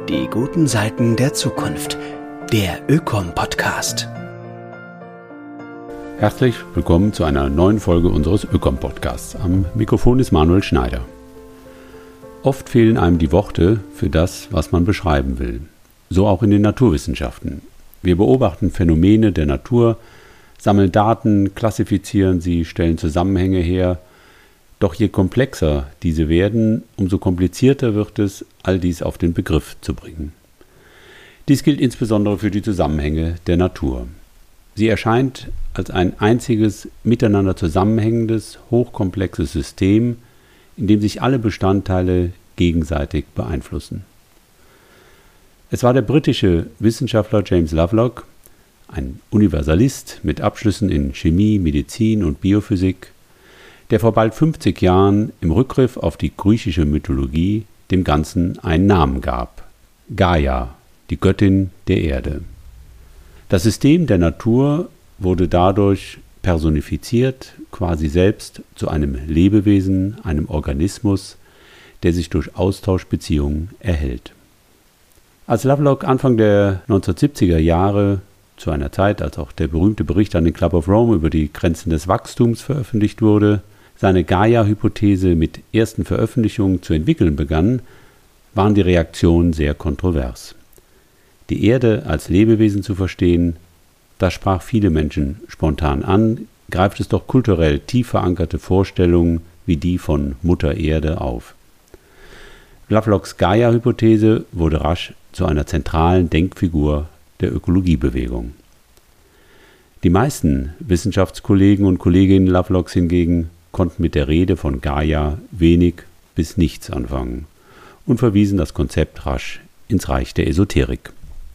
Die guten Seiten der Zukunft. Der Ökom-Podcast. Herzlich willkommen zu einer neuen Folge unseres Ökom-Podcasts. Am Mikrofon ist Manuel Schneider. Oft fehlen einem die Worte für das, was man beschreiben will. So auch in den Naturwissenschaften. Wir beobachten Phänomene der Natur, sammeln Daten, klassifizieren sie, stellen Zusammenhänge her. Doch je komplexer diese werden, umso komplizierter wird es, all dies auf den Begriff zu bringen. Dies gilt insbesondere für die Zusammenhänge der Natur. Sie erscheint als ein einziges, miteinander zusammenhängendes, hochkomplexes System, in dem sich alle Bestandteile gegenseitig beeinflussen. Es war der britische Wissenschaftler James Lovelock, ein Universalist mit Abschlüssen in Chemie, Medizin und Biophysik, der vor bald 50 Jahren im Rückgriff auf die griechische Mythologie dem Ganzen einen Namen gab: Gaia, die Göttin der Erde. Das System der Natur wurde dadurch personifiziert, quasi selbst zu einem Lebewesen, einem Organismus, der sich durch Austauschbeziehungen erhält. Als Lovelock Anfang der 1970er Jahre, zu einer Zeit, als auch der berühmte Bericht an den Club of Rome über die Grenzen des Wachstums veröffentlicht wurde, seine Gaia-Hypothese mit ersten Veröffentlichungen zu entwickeln begann, waren die Reaktionen sehr kontrovers. Die Erde als Lebewesen zu verstehen, das sprach viele Menschen spontan an, greift es doch kulturell tief verankerte Vorstellungen wie die von Mutter Erde auf. Lovelocks Gaia-Hypothese wurde rasch zu einer zentralen Denkfigur der Ökologiebewegung. Die meisten Wissenschaftskollegen und Kolleginnen Lovelocks hingegen konnten mit der Rede von Gaia wenig bis nichts anfangen und verwiesen das Konzept rasch ins Reich der Esoterik.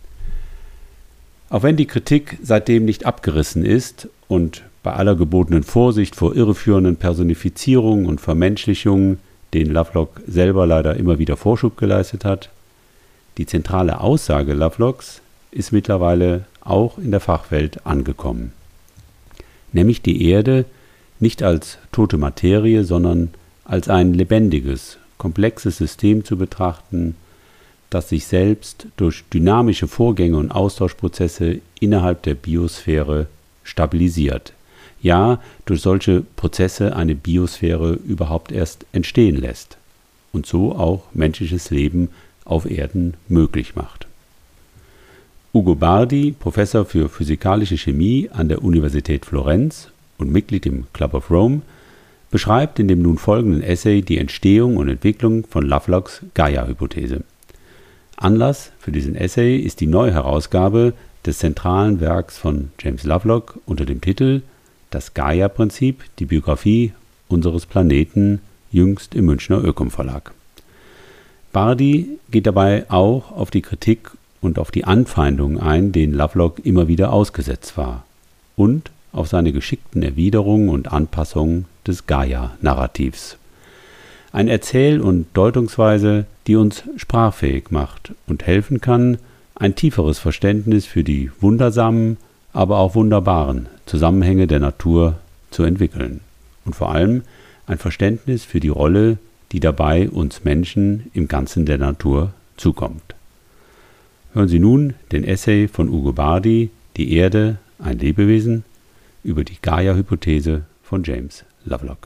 Auch wenn die Kritik seitdem nicht abgerissen ist und bei aller gebotenen Vorsicht vor irreführenden Personifizierungen und Vermenschlichungen, denen Lovelock selber leider immer wieder Vorschub geleistet hat, die zentrale Aussage Lovelocks ist mittlerweile auch in der Fachwelt angekommen. Nämlich die Erde nicht als tote Materie, sondern als ein lebendiges, komplexes System zu betrachten, das sich selbst durch dynamische Vorgänge und Austauschprozesse innerhalb der Biosphäre stabilisiert. Ja, durch solche Prozesse eine Biosphäre überhaupt erst entstehen lässt und so auch menschliches Leben auf Erden möglich macht. Ugo Bardi, Professor für physikalische Chemie an der Universität Florenz und Mitglied im Club of Rome, beschreibt in dem nun folgenden Essay die Entstehung und Entwicklung von Lovelocks Gaia-Hypothese. Anlass für diesen Essay ist die Neuherausgabe des zentralen Werks von James Lovelock unter dem Titel »Das Gaia-Prinzip, die Biografie unseres Planeten«, jüngst im Münchner Ökom Verlag. Bardi geht dabei auch auf die Kritik und auf die Anfeindungen ein, denen Lovelock immer wieder ausgesetzt war, und auf seine geschickten Erwiderungen und Anpassungen des Gaia-Narrativs. Eine Erzähl- und Deutungsweise, die uns sprachfähig macht und helfen kann, ein tieferes Verständnis für die wundersamen, aber auch wunderbaren Zusammenhänge der Natur zu entwickeln und vor allem ein Verständnis für die Rolle, die dabei uns Menschen im Ganzen der Natur zukommt. Hören Sie nun den Essay von Ugo Bardi, Die Erde, ein Lebewesen, über die Gaia-Hypothese von James Lovelock.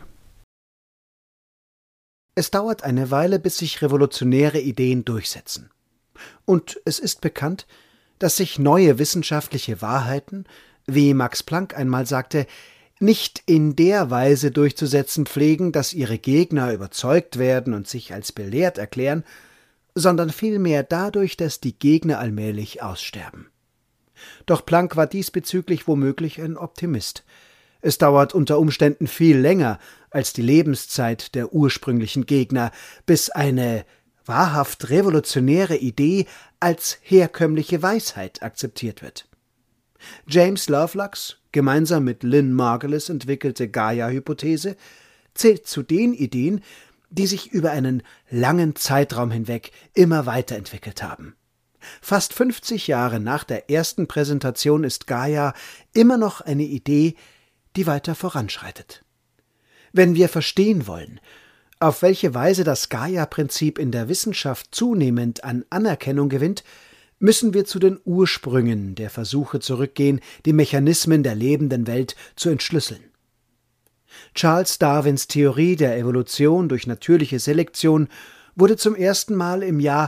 Es dauert eine Weile, bis sich revolutionäre Ideen durchsetzen. Und es ist bekannt, dass sich neue wissenschaftliche Wahrheiten, wie Max Planck einmal sagte, nicht in der Weise durchzusetzen pflegen, dass ihre Gegner überzeugt werden und sich als belehrt erklären, sondern vielmehr dadurch, dass die Gegner allmählich aussterben. Doch Planck war diesbezüglich womöglich ein Optimist. Es dauert unter Umständen viel länger als die Lebenszeit der ursprünglichen Gegner, bis eine wahrhaft revolutionäre Idee als herkömmliche Weisheit akzeptiert wird. James Lovelocks gemeinsam mit Lynn Margulis entwickelte Gaia-Hypothese zählt zu den Ideen, die sich über einen langen Zeitraum hinweg immer weiterentwickelt haben. Fast 50 Jahre nach der ersten Präsentation ist Gaia immer noch eine Idee, die weiter voranschreitet. Wenn wir verstehen wollen, Auf welche Weise das Gaia-Prinzip in der Wissenschaft zunehmend an Anerkennung gewinnt, müssen wir zu den Ursprüngen der Versuche zurückgehen, die Mechanismen der lebenden Welt zu entschlüsseln. Charles Darwins Theorie der Evolution durch natürliche Selektion wurde zum ersten Mal im Jahr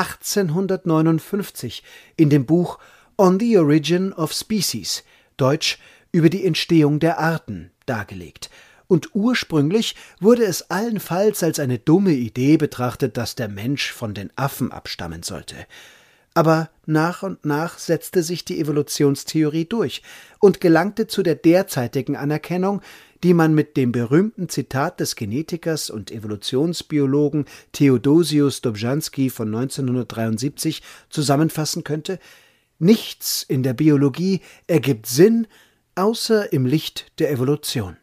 1859 in dem Buch On the Origin of Species, deutsch über die Entstehung der Arten, dargelegt. Und ursprünglich wurde es allenfalls als eine dumme Idee betrachtet, dass der Mensch von den Affen abstammen sollte. Aber nach und nach setzte sich die Evolutionstheorie durch und gelangte zu der derzeitigen Anerkennung, die man mit dem berühmten Zitat des Genetikers und Evolutionsbiologen Theodosius Dobzhansky von 1973 zusammenfassen könnte: Nichts in der Biologie ergibt Sinn, außer im Licht der Evolution.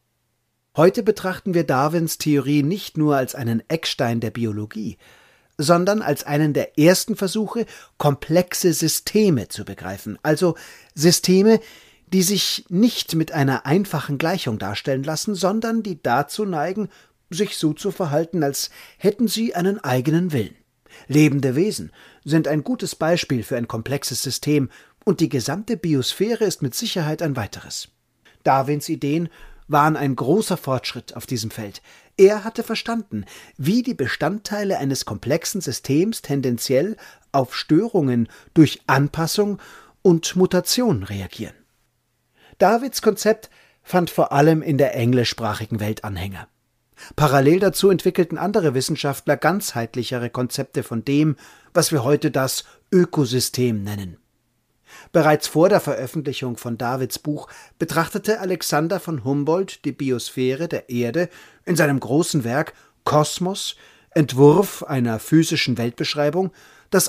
Heute betrachten wir Darwins Theorie nicht nur als einen Eckstein der Biologie, sondern als einen der ersten Versuche, komplexe Systeme zu begreifen, also Systeme, die sich nicht mit einer einfachen Gleichung darstellen lassen, sondern die dazu neigen, sich so zu verhalten, als hätten sie einen eigenen Willen. Lebende Wesen sind ein gutes Beispiel für ein komplexes System, und die gesamte Biosphäre ist mit Sicherheit ein weiteres. Darwins Ideen waren ein großer Fortschritt auf diesem Feld. Er hatte verstanden, wie die Bestandteile eines komplexen Systems tendenziell auf Störungen durch Anpassung und Mutation reagieren. Darwins Konzept fand vor allem in der englischsprachigen Welt Anhänger. Parallel dazu entwickelten andere Wissenschaftler ganzheitlichere Konzepte von dem, was wir heute das Ökosystem nennen. Bereits vor der Veröffentlichung von Darwins Buch betrachtete Alexander von Humboldt die Biosphäre der Erde in seinem großen Werk Kosmos, Entwurf einer physischen Weltbeschreibung, das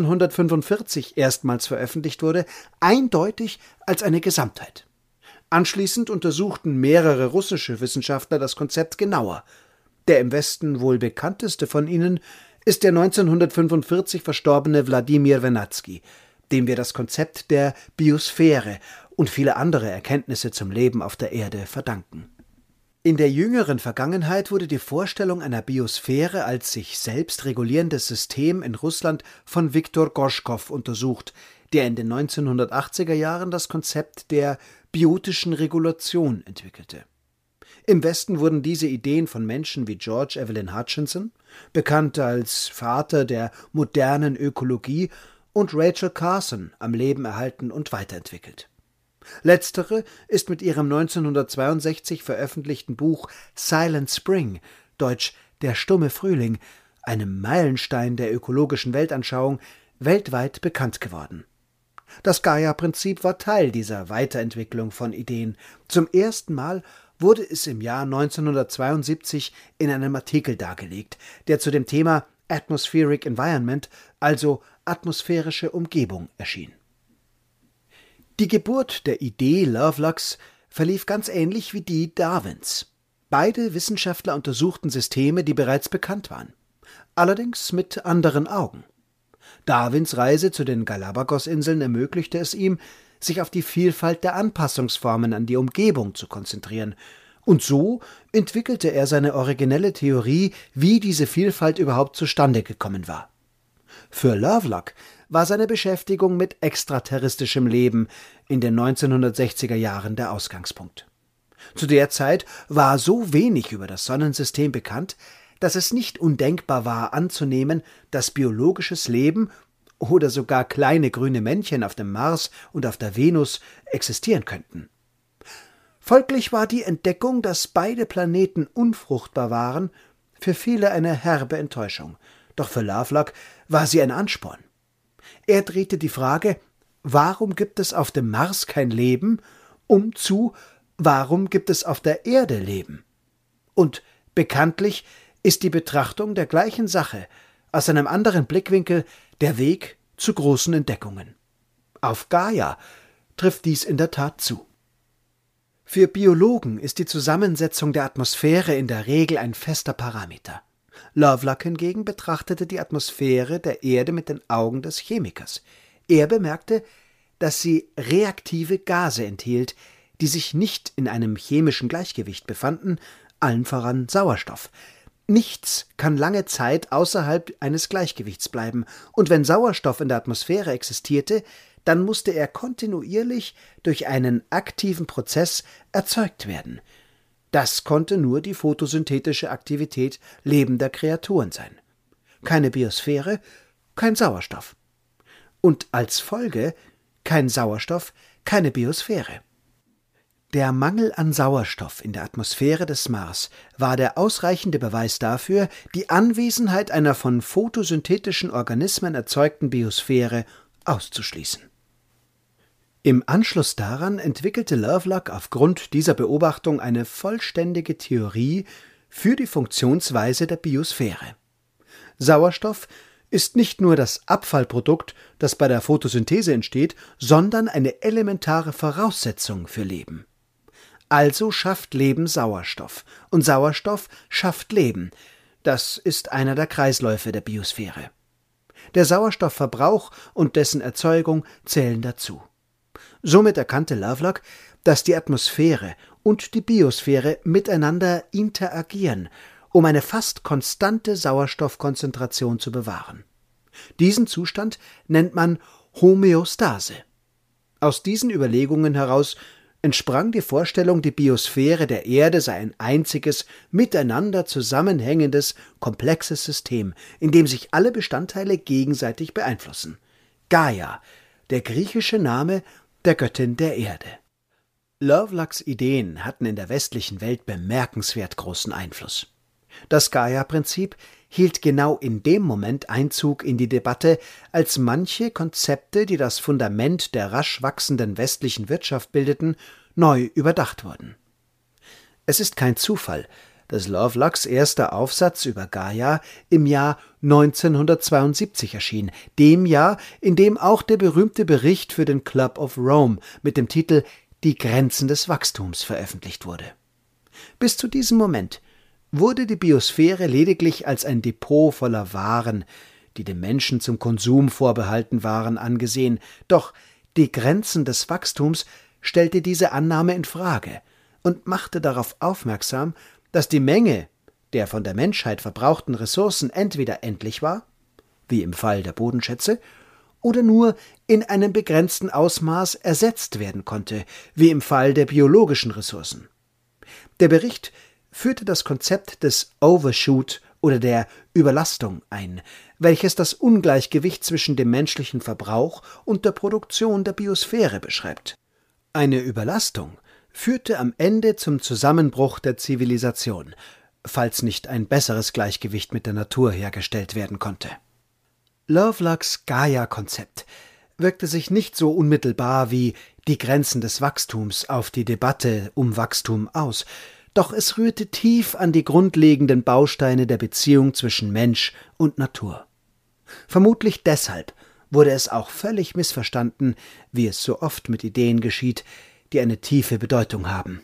1845 erstmals veröffentlicht wurde, eindeutig als eine Gesamtheit. Anschließend untersuchten mehrere russische Wissenschaftler das Konzept genauer. Der im Westen wohl bekannteste von ihnen ist der 1945 verstorbene Wladimir Vernadsky, dem wir das Konzept der Biosphäre und viele andere Erkenntnisse zum Leben auf der Erde verdanken. In der jüngeren Vergangenheit wurde die Vorstellung einer Biosphäre als sich selbst regulierendes System in Russland von Viktor Gorschkow untersucht, der in den 1980er Jahren das Konzept der biotischen Regulation entwickelte. Im Westen wurden diese Ideen von Menschen wie George Evelyn Hutchinson, bekannt als Vater der modernen Ökologie, und Rachel Carson am Leben erhalten und weiterentwickelt. Letztere ist mit ihrem 1962 veröffentlichten Buch Silent Spring, deutsch Der stumme Frühling, einem Meilenstein der ökologischen Weltanschauung, weltweit bekannt geworden. Das Gaia-Prinzip war Teil dieser Weiterentwicklung von Ideen. Zum ersten Mal wurde es im Jahr 1972 in einem Artikel dargelegt, der zu dem Thema Atmospheric Environment, also atmosphärische Umgebung, erschien. Die Geburt der Idee Lovelocks verlief ganz ähnlich wie die Darwins. Beide Wissenschaftler untersuchten Systeme, die bereits bekannt waren, allerdings mit anderen Augen. Darwins Reise zu den Galapagos-Inseln ermöglichte es ihm, sich auf die Vielfalt der Anpassungsformen an die Umgebung zu konzentrieren, und so entwickelte er seine originelle Theorie, wie diese Vielfalt überhaupt zustande gekommen war. Für Lovelock war seine Beschäftigung mit extraterrestrischem Leben in den 1960er Jahren der Ausgangspunkt. Zu der Zeit war so wenig über das Sonnensystem bekannt, dass es nicht undenkbar war anzunehmen, dass biologisches Leben oder sogar kleine grüne Männchen auf dem Mars und auf der Venus existieren könnten. Folglich war die Entdeckung, dass beide Planeten unfruchtbar waren, für viele eine herbe Enttäuschung. Doch für Lovelock war sie ein Ansporn. Er drehte die Frage, warum gibt es auf dem Mars kein Leben, zu, warum gibt es auf der Erde Leben? Und bekanntlich ist die Betrachtung der gleichen Sache aus einem anderen Blickwinkel der Weg zu großen Entdeckungen. Auf Gaia trifft dies in der Tat zu. Für Biologen ist die Zusammensetzung der Atmosphäre in der Regel ein fester Parameter. Lovelock hingegen betrachtete die Atmosphäre der Erde mit den Augen des Chemikers. Er bemerkte, dass sie reaktive Gase enthielt, die sich nicht in einem chemischen Gleichgewicht befanden, allen voran Sauerstoff. Nichts kann lange Zeit außerhalb eines Gleichgewichts bleiben, und wenn Sauerstoff in der Atmosphäre existierte, dann musste er kontinuierlich durch einen aktiven Prozess erzeugt werden. Das konnte nur die photosynthetische Aktivität lebender Kreaturen sein. Keine Biosphäre, kein Sauerstoff. Und als Folge kein Sauerstoff, keine Biosphäre. Der Mangel an Sauerstoff in der Atmosphäre des Mars war der ausreichende Beweis dafür, die Anwesenheit einer von photosynthetischen Organismen erzeugten Biosphäre auszuschließen. Im Anschluss daran entwickelte Lovelock aufgrund dieser Beobachtung eine vollständige Theorie für die Funktionsweise der Biosphäre. Sauerstoff ist nicht nur das Abfallprodukt, das bei der Photosynthese entsteht, sondern eine elementare Voraussetzung für Leben. Also schafft Leben Sauerstoff, und Sauerstoff schafft Leben. Das ist einer der Kreisläufe der Biosphäre. Der Sauerstoffverbrauch und dessen Erzeugung zählen dazu. Somit erkannte Lovelock, dass die Atmosphäre und die Biosphäre miteinander interagieren, um eine fast konstante Sauerstoffkonzentration zu bewahren. Diesen Zustand nennt man Homöostase. Aus diesen Überlegungen heraus entsprang die Vorstellung, die Biosphäre der Erde sei ein einziges, miteinander zusammenhängendes, komplexes System, in dem sich alle Bestandteile gegenseitig beeinflussen. Gaia, der griechische Name der Göttin der Erde. Lovelocks Ideen hatten in der westlichen Welt bemerkenswert großen Einfluss. Das Gaia-Prinzip hielt genau in dem Moment Einzug in die Debatte, als manche Konzepte, die das Fundament der rasch wachsenden westlichen Wirtschaft bildeten, neu überdacht wurden. Es ist kein Zufall, dass Lovelocks erster Aufsatz über Gaia im Jahr 1972 erschien, dem Jahr, in dem auch der berühmte Bericht für den Club of Rome mit dem Titel »Die Grenzen des Wachstums« veröffentlicht wurde. Bis zu diesem Moment wurde die Biosphäre lediglich als ein Depot voller Waren, die dem Menschen zum Konsum vorbehalten waren, angesehen, doch die Grenzen des Wachstums stellte diese Annahme in Frage und machte darauf aufmerksam, dass die Menge der von der Menschheit verbrauchten Ressourcen entweder endlich war, wie im Fall der Bodenschätze, oder nur in einem begrenzten Ausmaß ersetzt werden konnte, wie im Fall der biologischen Ressourcen. Der Bericht führte das Konzept des Overshoot oder der Überlastung ein, welches das Ungleichgewicht zwischen dem menschlichen Verbrauch und der Produktion der Biosphäre beschreibt. Eine Überlastung führte am Ende zum Zusammenbruch der Zivilisation, falls nicht ein besseres Gleichgewicht mit der Natur hergestellt werden konnte. Lovelocks Gaia-Konzept wirkte sich nicht so unmittelbar wie die Grenzen des Wachstums auf die Debatte um Wachstum aus, doch es rührte tief an die grundlegenden Bausteine der Beziehung zwischen Mensch und Natur. Vermutlich deshalb wurde es auch völlig missverstanden, wie es so oft mit Ideen geschieht, die eine tiefe Bedeutung haben.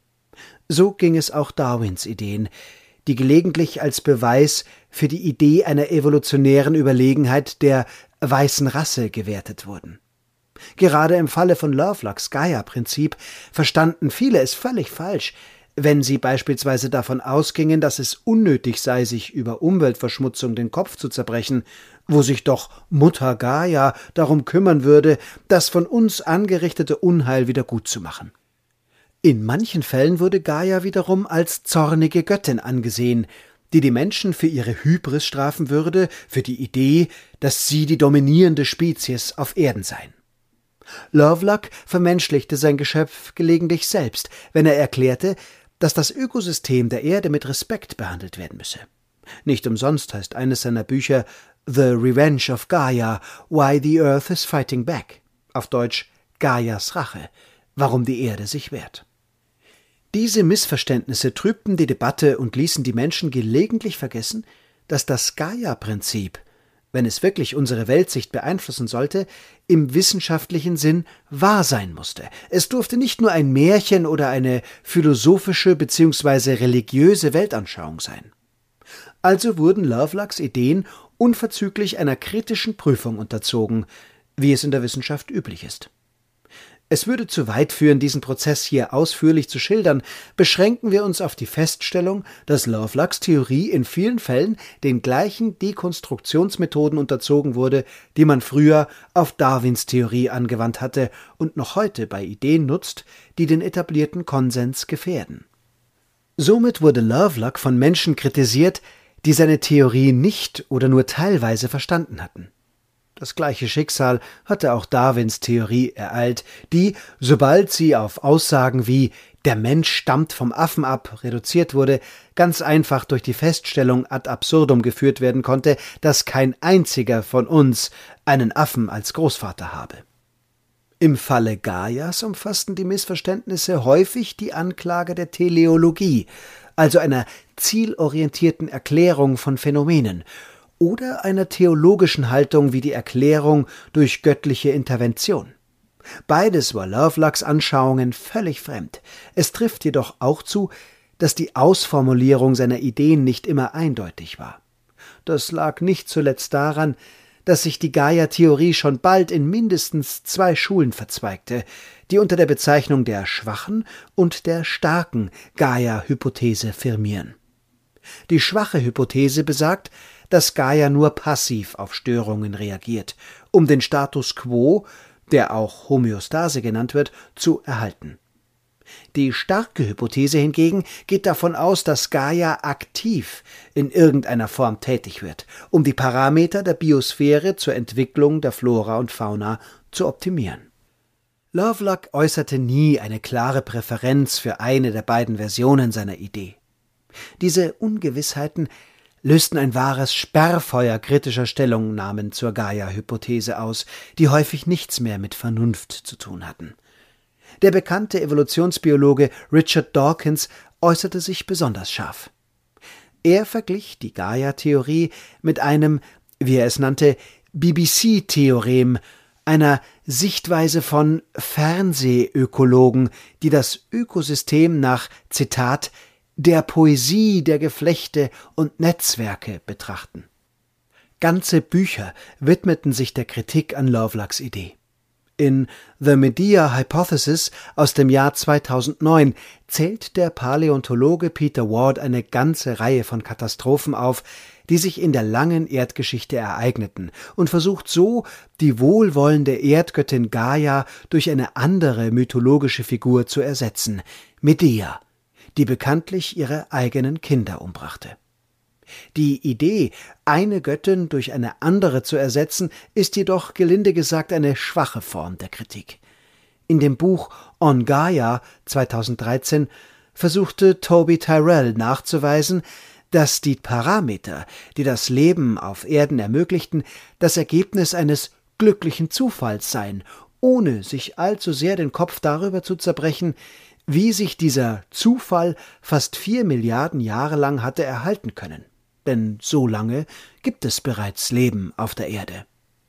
So ging es auch Darwins Ideen, die gelegentlich als Beweis für die Idee einer evolutionären Überlegenheit der weißen Rasse gewertet wurden. Gerade im Falle von Lovelocks Gaia-Prinzip verstanden viele es völlig falsch, wenn sie beispielsweise davon ausgingen, dass es unnötig sei, sich über Umweltverschmutzung den Kopf zu zerbrechen, wo sich doch Mutter Gaia darum kümmern würde, das von uns angerichtete Unheil wieder gutzumachen. In manchen Fällen wurde Gaia wiederum als zornige Göttin angesehen, die die Menschen für ihre Hybris strafen würde, für die Idee, dass sie die dominierende Spezies auf Erden seien. Lovelock vermenschlichte sein Geschöpf gelegentlich selbst, wenn er erklärte, dass das Ökosystem der Erde mit Respekt behandelt werden müsse. Nicht umsonst heißt eines seiner Bücher »The Revenge of Gaia – Why the Earth is Fighting Back«, auf Deutsch »Gaias Rache – Warum die Erde sich wehrt«. Diese Missverständnisse trübten die Debatte und ließen die Menschen gelegentlich vergessen, dass das Gaia-Prinzip, wenn es wirklich unsere Weltsicht beeinflussen sollte, im wissenschaftlichen Sinn wahr sein musste. Es durfte nicht nur ein Märchen oder eine philosophische bzw. religiöse Weltanschauung sein. Also wurden Lovelocks Ideen unverzüglich einer kritischen Prüfung unterzogen, wie es in der Wissenschaft üblich ist. Es würde zu weit führen, diesen Prozess hier ausführlich zu schildern. Beschränken wir uns auf die Feststellung, dass Lovelocks Theorie in vielen Fällen den gleichen Dekonstruktionsmethoden unterzogen wurde, die man früher auf Darwins Theorie angewandt hatte und noch heute bei Ideen nutzt, die den etablierten Konsens gefährden. Somit wurde Lovelock von Menschen kritisiert, die seine Theorie nicht oder nur teilweise verstanden hatten. Das gleiche Schicksal hatte auch Darwins Theorie ereilt, die, sobald sie auf Aussagen wie »der Mensch stammt vom Affen ab« reduziert wurde, ganz einfach durch die Feststellung ad absurdum geführt werden konnte, dass kein einziger von uns einen Affen als Großvater habe. Im Falle Gaias umfassten die Missverständnisse häufig die Anklage der Teleologie, also einer zielorientierten Erklärung von Phänomenen, oder einer theologischen Haltung wie die Erklärung durch göttliche Intervention. Beides war Lovelocks Anschauungen völlig fremd. Es trifft jedoch auch zu, dass die Ausformulierung seiner Ideen nicht immer eindeutig war. Das lag nicht zuletzt daran, dass sich die Gaia-Theorie schon bald in mindestens 2 Schulen verzweigte, die unter der Bezeichnung der schwachen und der starken Gaia-Hypothese firmieren. Die schwache Hypothese besagt, dass Gaia nur passiv auf Störungen reagiert, um den Status quo, der auch Homöostase genannt wird, zu erhalten. Die starke Hypothese hingegen geht davon aus, dass Gaia aktiv in irgendeiner Form tätig wird, um die Parameter der Biosphäre zur Entwicklung der Flora und Fauna zu optimieren. Lovelock äußerte nie eine klare Präferenz für eine der beiden Versionen seiner Idee. Diese Ungewissheiten lösten ein wahres Sperrfeuer kritischer Stellungnahmen zur Gaia-Hypothese aus, die häufig nichts mehr mit Vernunft zu tun hatten. Der bekannte Evolutionsbiologe Richard Dawkins äußerte sich besonders scharf. Er verglich die Gaia-Theorie mit einem, wie er es nannte, BBC-Theorem, einer Sichtweise von Fernsehökologen, die das Ökosystem nach, Zitat, der Poesie der Geflechte und Netzwerke betrachten. Ganze Bücher widmeten sich der Kritik an Lovelocks Idee. In The Medea Hypothesis aus dem Jahr 2009 zählt der Paläontologe Peter Ward eine ganze Reihe von Katastrophen auf, die sich in der langen Erdgeschichte ereigneten, und versucht so, die wohlwollende Erdgöttin Gaia durch eine andere mythologische Figur zu ersetzen, Medea, die bekanntlich ihre eigenen Kinder umbrachte. Die Idee, eine Göttin durch eine andere zu ersetzen, ist jedoch gelinde gesagt eine schwache Form der Kritik. In dem Buch On Gaia 2013 versuchte Toby Tyrrell nachzuweisen, dass die Parameter, die das Leben auf Erden ermöglichten, das Ergebnis eines glücklichen Zufalls seien, ohne sich allzu sehr den Kopf darüber zu zerbrechen, wie sich dieser Zufall fast 4 Milliarden Jahre lang hatte erhalten können. Denn so lange gibt es bereits Leben auf der Erde.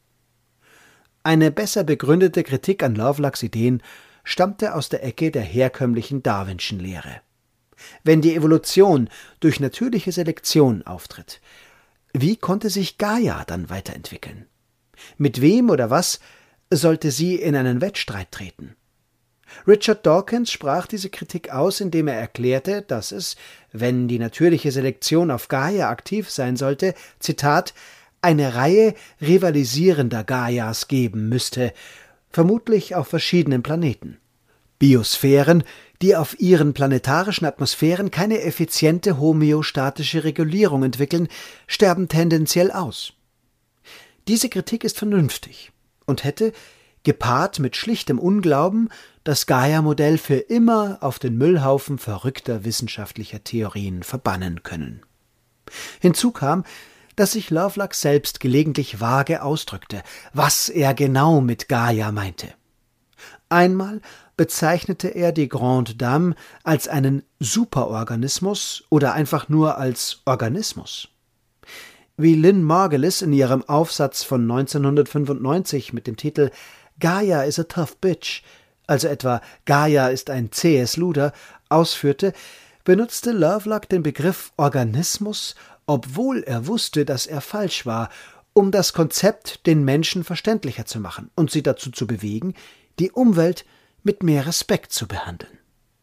Eine besser begründete Kritik an Lovelocks Ideen stammte aus der Ecke der herkömmlichen Darwinschen Lehre. Wenn die Evolution durch natürliche Selektion auftritt, wie konnte sich Gaia dann weiterentwickeln? Mit wem oder was sollte sie in einen Wettstreit treten? Richard Dawkins sprach diese Kritik aus, indem er erklärte, dass es, wenn die natürliche Selektion auf Gaia aktiv sein sollte, Zitat, eine Reihe rivalisierender Gaias geben müsste, vermutlich auf verschiedenen Planeten. Biosphären, die auf ihren planetarischen Atmosphären keine effiziente homöostatische Regulierung entwickeln, sterben tendenziell aus. Diese Kritik ist vernünftig und hätte, gepaart mit schlichtem Unglauben, das Gaia-Modell für immer auf den Müllhaufen verrückter wissenschaftlicher Theorien verbannen können. Hinzu kam, dass sich Lovelock selbst gelegentlich vage ausdrückte, was er genau mit Gaia meinte. Einmal bezeichnete er die Grande Dame als einen Superorganismus oder einfach nur als Organismus. Wie Lynn Margulis in ihrem Aufsatz von 1995 mit dem Titel »Gaia is a tough bitch«, also etwa »Gaia ist ein zähes Luder«, ausführte, benutzte Lovelock den Begriff Organismus, obwohl er wusste, dass er falsch war, um das Konzept den Menschen verständlicher zu machen und sie dazu zu bewegen, die Umwelt mit mehr Respekt zu behandeln.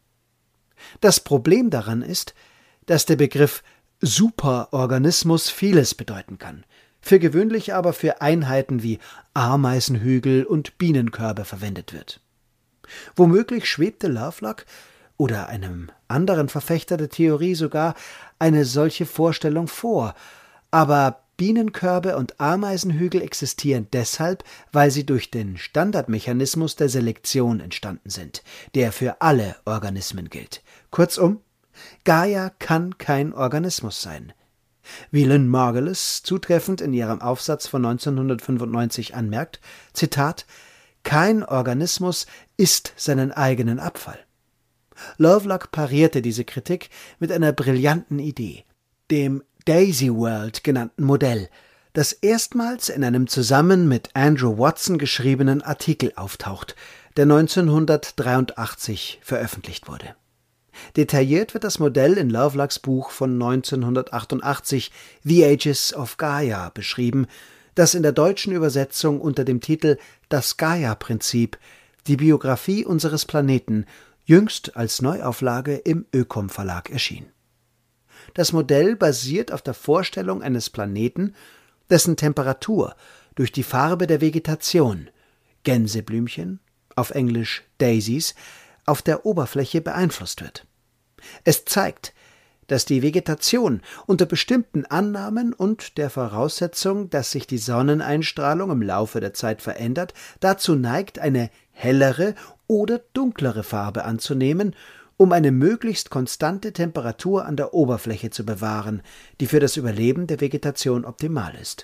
Das Problem daran ist, dass der Begriff Superorganismus vieles bedeuten kann, für gewöhnlich aber für Einheiten wie Ameisenhügel und Bienenkörbe verwendet wird. Womöglich schwebte Lovelock oder einem anderen Verfechter der Theorie sogar eine solche Vorstellung vor, aber Bienenkörbe und Ameisenhügel existieren deshalb, weil sie durch den Standardmechanismus der Selektion entstanden sind, der für alle Organismen gilt. Kurzum, Gaia kann kein Organismus sein. Wie Lynn Margulis zutreffend in ihrem Aufsatz von 1995 anmerkt, Zitat, »Kein Organismus ist seinen eigenen Abfall.« Lovelock parierte diese Kritik mit einer brillanten Idee, dem Daisy World genannten Modell, das erstmals in einem zusammen mit Andrew Watson geschriebenen Artikel auftaucht, der 1983 veröffentlicht wurde. Detailliert wird das Modell in Lovelocks Buch von 1988 The Ages of Gaia beschrieben, das in der deutschen Übersetzung unter dem Titel Das Gaia-Prinzip, die Biografie unseres Planeten, jüngst als Neuauflage im Ökom Verlag erschien. Das Modell basiert auf der Vorstellung eines Planeten, dessen Temperatur durch die Farbe der Vegetation, Gänseblümchen, auf Englisch Daisies, auf der Oberfläche beeinflusst wird. Es zeigt, dass die Vegetation unter bestimmten Annahmen und der Voraussetzung, dass sich die Sonneneinstrahlung im Laufe der Zeit verändert, dazu neigt, eine hellere oder dunklere Farbe anzunehmen, um eine möglichst konstante Temperatur an der Oberfläche zu bewahren, die für das Überleben der Vegetation optimal ist.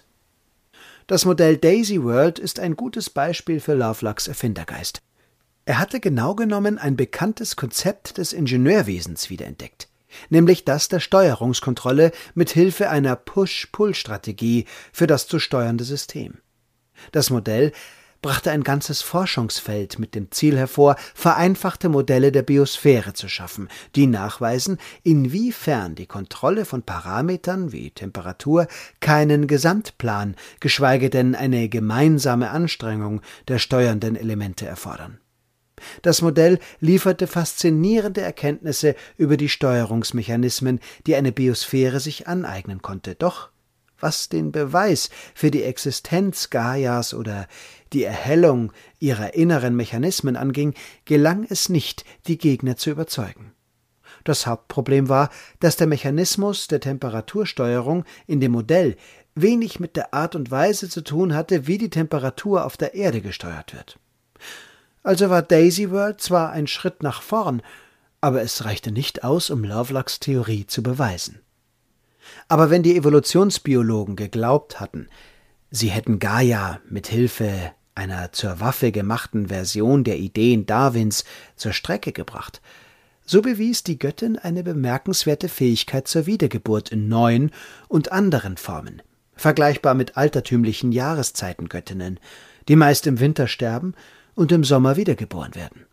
Das Modell Daisy World ist ein gutes Beispiel für Lovelocks Erfindergeist. Er hatte genau genommen ein bekanntes Konzept des Ingenieurwesens wiederentdeckt, nämlich das der Steuerungskontrolle mit Hilfe einer Push-Pull-Strategie für das zu steuernde System. Das Modell brachte ein ganzes Forschungsfeld mit dem Ziel hervor, vereinfachte Modelle der Biosphäre zu schaffen, die nachweisen, inwiefern die Kontrolle von Parametern wie Temperatur keinen Gesamtplan, geschweige denn eine gemeinsame Anstrengung der steuernden Elemente erfordern. Das Modell lieferte faszinierende Erkenntnisse über die Steuerungsmechanismen, die eine Biosphäre sich aneignen konnte. Doch was den Beweis für die Existenz Gaias oder die Erhellung ihrer inneren Mechanismen anging, gelang es nicht, die Gegner zu überzeugen. Das Hauptproblem war, dass der Mechanismus der Temperatursteuerung in dem Modell wenig mit der Art und Weise zu tun hatte, wie die Temperatur auf der Erde gesteuert wird. Also war Daisy World zwar ein Schritt nach vorn, aber es reichte nicht aus, um Lovelocks Theorie zu beweisen. Aber wenn die Evolutionsbiologen geglaubt hatten, sie hätten Gaia mit Hilfe einer zur Waffe gemachten Version der Ideen Darwins zur Strecke gebracht, so bewies die Göttin eine bemerkenswerte Fähigkeit zur Wiedergeburt in neuen und anderen Formen, vergleichbar mit altertümlichen Jahreszeitengöttinnen, die meist im Winter sterben und im Sommer wiedergeboren werden.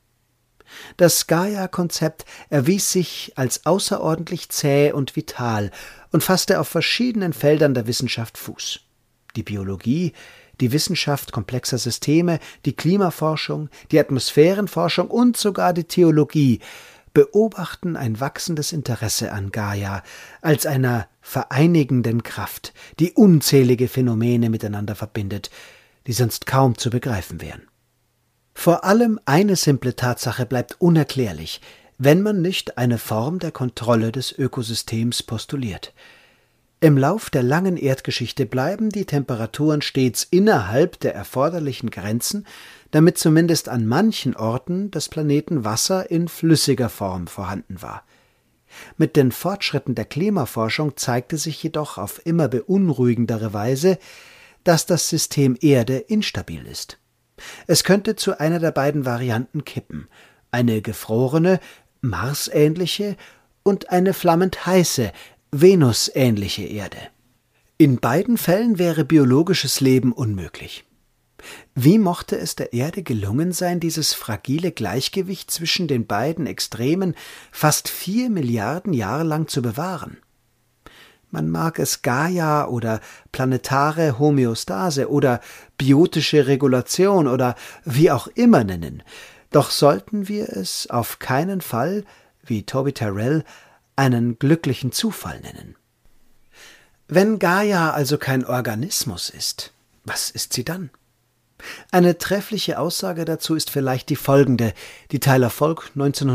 Das Gaia-Konzept erwies sich als außerordentlich zäh und vital und fasste auf verschiedenen Feldern der Wissenschaft Fuß. Die Biologie, die Wissenschaft komplexer Systeme, die Klimaforschung, die Atmosphärenforschung und sogar die Theologie beobachten ein wachsendes Interesse an Gaia als einer vereinigenden Kraft, die unzählige Phänomene miteinander verbindet, die sonst kaum zu begreifen wären. Vor allem eine simple Tatsache bleibt unerklärlich, wenn man nicht eine Form der Kontrolle des Ökosystems postuliert. Im Lauf der langen Erdgeschichte bleiben die Temperaturen stets innerhalb der erforderlichen Grenzen, damit zumindest an manchen Orten des Planeten Wasser in flüssiger Form vorhanden war. Mit den Fortschritten der Klimaforschung zeigte sich jedoch auf immer beunruhigendere Weise, dass das System Erde instabil ist. Es könnte zu einer der beiden Varianten kippen, eine gefrorene, marsähnliche und eine flammend heiße, venusähnliche Erde. In beiden Fällen wäre biologisches Leben unmöglich. Wie mochte es der Erde gelungen sein, dieses fragile Gleichgewicht zwischen den beiden Extremen fast 4 Milliarden Jahre lang zu bewahren? Man mag es Gaia oder planetare Homöostase oder biotische Regulation oder wie auch immer nennen. Doch sollten wir es auf keinen Fall, wie Toby Tyrrell, einen glücklichen Zufall nennen. Wenn Gaia also kein Organismus ist, was ist sie dann? Eine treffliche Aussage dazu ist vielleicht die folgende, die Tyler Falk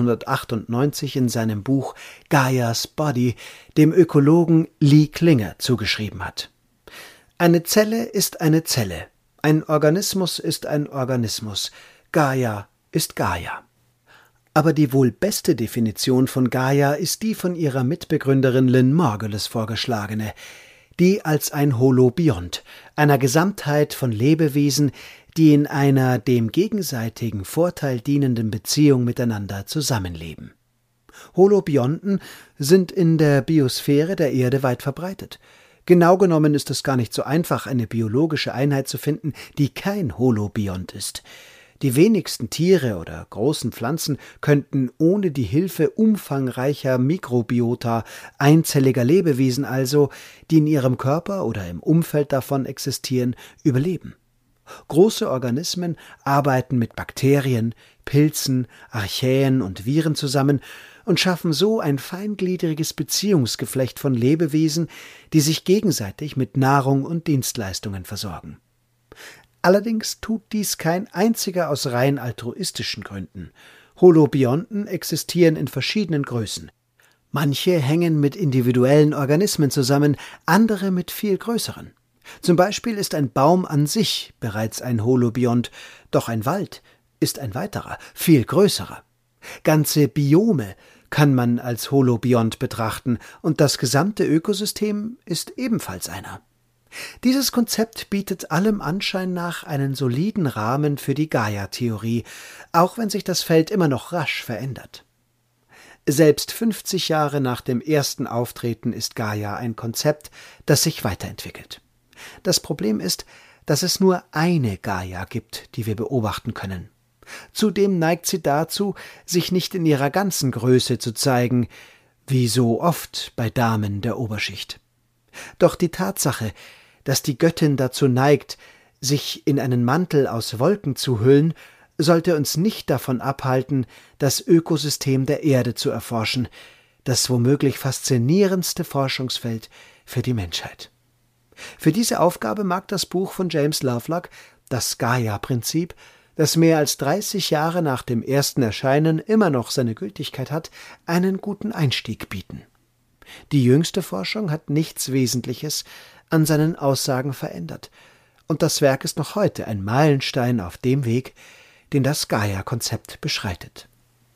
1998 in seinem Buch Gaia's Body dem Ökologen Lee Klinger zugeschrieben hat. Eine Zelle ist eine Zelle, ein Organismus ist ein Organismus, Gaia ist Gaia. Aber die wohl beste Definition von Gaia ist die von ihrer Mitbegründerin Lynn Margulis vorgeschlagene, die als ein Holobiont, einer Gesamtheit von Lebewesen, die in einer dem gegenseitigen Vorteil dienenden Beziehung miteinander zusammenleben. Holobionten sind in der Biosphäre der Erde weit verbreitet. Genau genommen ist es gar nicht so einfach, eine biologische Einheit zu finden, die kein Holobiont ist. Die wenigsten Tiere oder großen Pflanzen könnten ohne die Hilfe umfangreicher Mikrobiota, einzelliger Lebewesen also, die in ihrem Körper oder im Umfeld davon existieren, überleben. Große Organismen arbeiten mit Bakterien, Pilzen, Archaeen und Viren zusammen und schaffen so ein feingliedriges Beziehungsgeflecht von Lebewesen, die sich gegenseitig mit Nahrung und Dienstleistungen versorgen. Allerdings tut dies kein einziger aus rein altruistischen Gründen. Holobionten existieren in verschiedenen Größen. Manche hängen mit individuellen Organismen zusammen, andere mit viel größeren. Zum Beispiel ist ein Baum an sich bereits ein Holobiont, doch ein Wald ist ein weiterer, viel größerer. Ganze Biome kann man als Holobiont betrachten und das gesamte Ökosystem ist ebenfalls einer. Dieses Konzept bietet allem Anschein nach einen soliden Rahmen für die Gaia-Theorie, auch wenn sich das Feld immer noch rasch verändert. Selbst 50 Jahre nach dem ersten Auftreten ist Gaia ein Konzept, das sich weiterentwickelt. Das Problem ist, dass es nur eine Gaia gibt, die wir beobachten können. Zudem neigt sie dazu, sich nicht in ihrer ganzen Größe zu zeigen, wie so oft bei Damen der Oberschicht. Doch die Tatsache, dass die Göttin dazu neigt, sich in einen Mantel aus Wolken zu hüllen, sollte uns nicht davon abhalten, das Ökosystem der Erde zu erforschen, das womöglich faszinierendste Forschungsfeld für die Menschheit. Für diese Aufgabe mag das Buch von James Lovelock, das Gaia-Prinzip, das mehr als 30 Jahre nach dem ersten Erscheinen immer noch seine Gültigkeit hat, einen guten Einstieg bieten. Die jüngste Forschung hat nichts Wesentliches an seinen Aussagen verändert, und das Werk ist noch heute ein Meilenstein auf dem Weg, den das Gaia-Konzept beschreitet.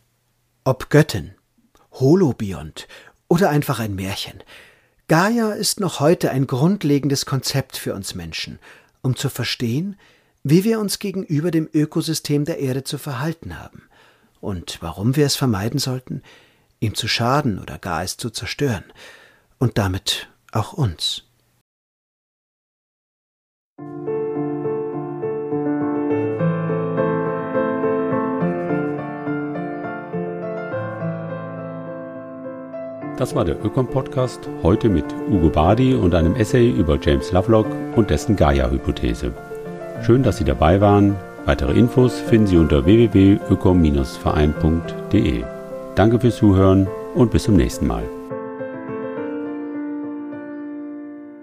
Ob Göttin, Holobiont oder einfach ein Märchen, Gaia ist noch heute ein grundlegendes Konzept für uns Menschen, um zu verstehen, wie wir uns gegenüber dem Ökosystem der Erde zu verhalten haben und warum wir es vermeiden sollten, ihm zu schaden oder gar es zu zerstören und damit auch uns. Das war der Ökom-Podcast, heute mit Ugo Bardi und einem Essay über James Lovelock und dessen Gaia-Hypothese. Schön, dass Sie dabei waren. Weitere Infos finden Sie unter www.ökom-verein.de. Danke fürs Zuhören und bis zum nächsten Mal.